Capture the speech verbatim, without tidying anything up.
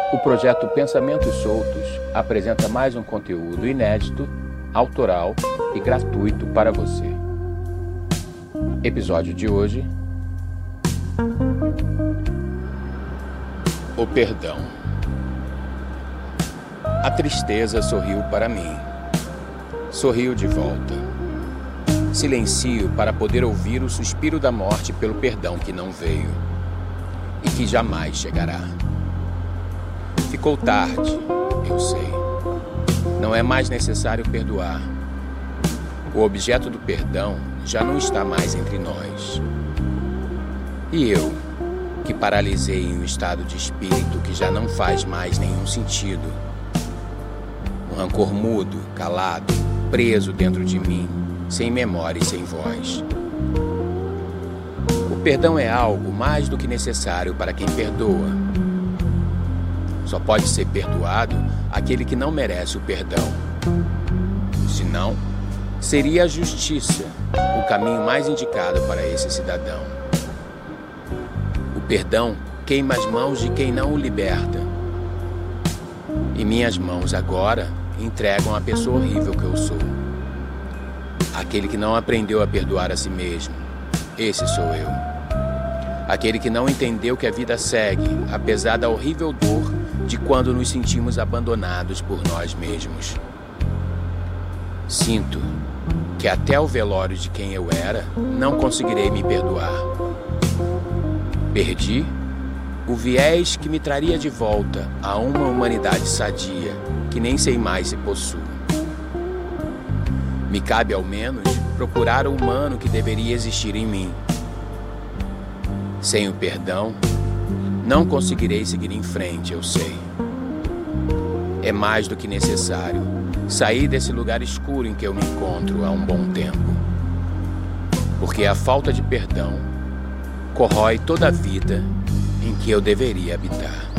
O projeto Pensamentos Soltos apresenta mais um conteúdo inédito, autoral e gratuito para você. Episódio de hoje: o perdão. A tristeza sorriu para mim. Sorriu de volta. Silencio para poder ouvir o suspiro da morte pelo perdão que não veio e que jamais chegará. Ficou tarde, eu sei. Não é mais necessário perdoar. O objeto do perdão já não está mais entre nós. E eu, que paralisei em um estado de espírito que já não faz mais nenhum sentido. Um rancor mudo, calado, preso dentro de mim, sem memória e sem voz. O perdão é algo mais do que necessário para quem perdoa. Só pode ser perdoado aquele que não merece o perdão. Senão, seria a justiça o caminho mais indicado para esse cidadão. O perdão queima as mãos de quem não o liberta. E minhas mãos agora entregam a pessoa horrível que eu sou. Aquele que não aprendeu a perdoar a si mesmo. Esse sou eu. Aquele que não entendeu que a vida segue, apesar da horrível dor de quando nos sentimos abandonados por nós mesmos. Sinto que até o velório de quem eu era, não conseguirei me perdoar. Perdi o viés que me traria de volta a uma humanidade sadia, que nem sei mais se possuo. Me cabe, ao menos, procurar o humano que deveria existir em mim. Sem o perdão, não conseguirei seguir em frente, eu sei. É mais do que necessário sair desse lugar escuro em que eu me encontro há um bom tempo. Porque a falta de perdão corrói toda a vida em que eu deveria habitar.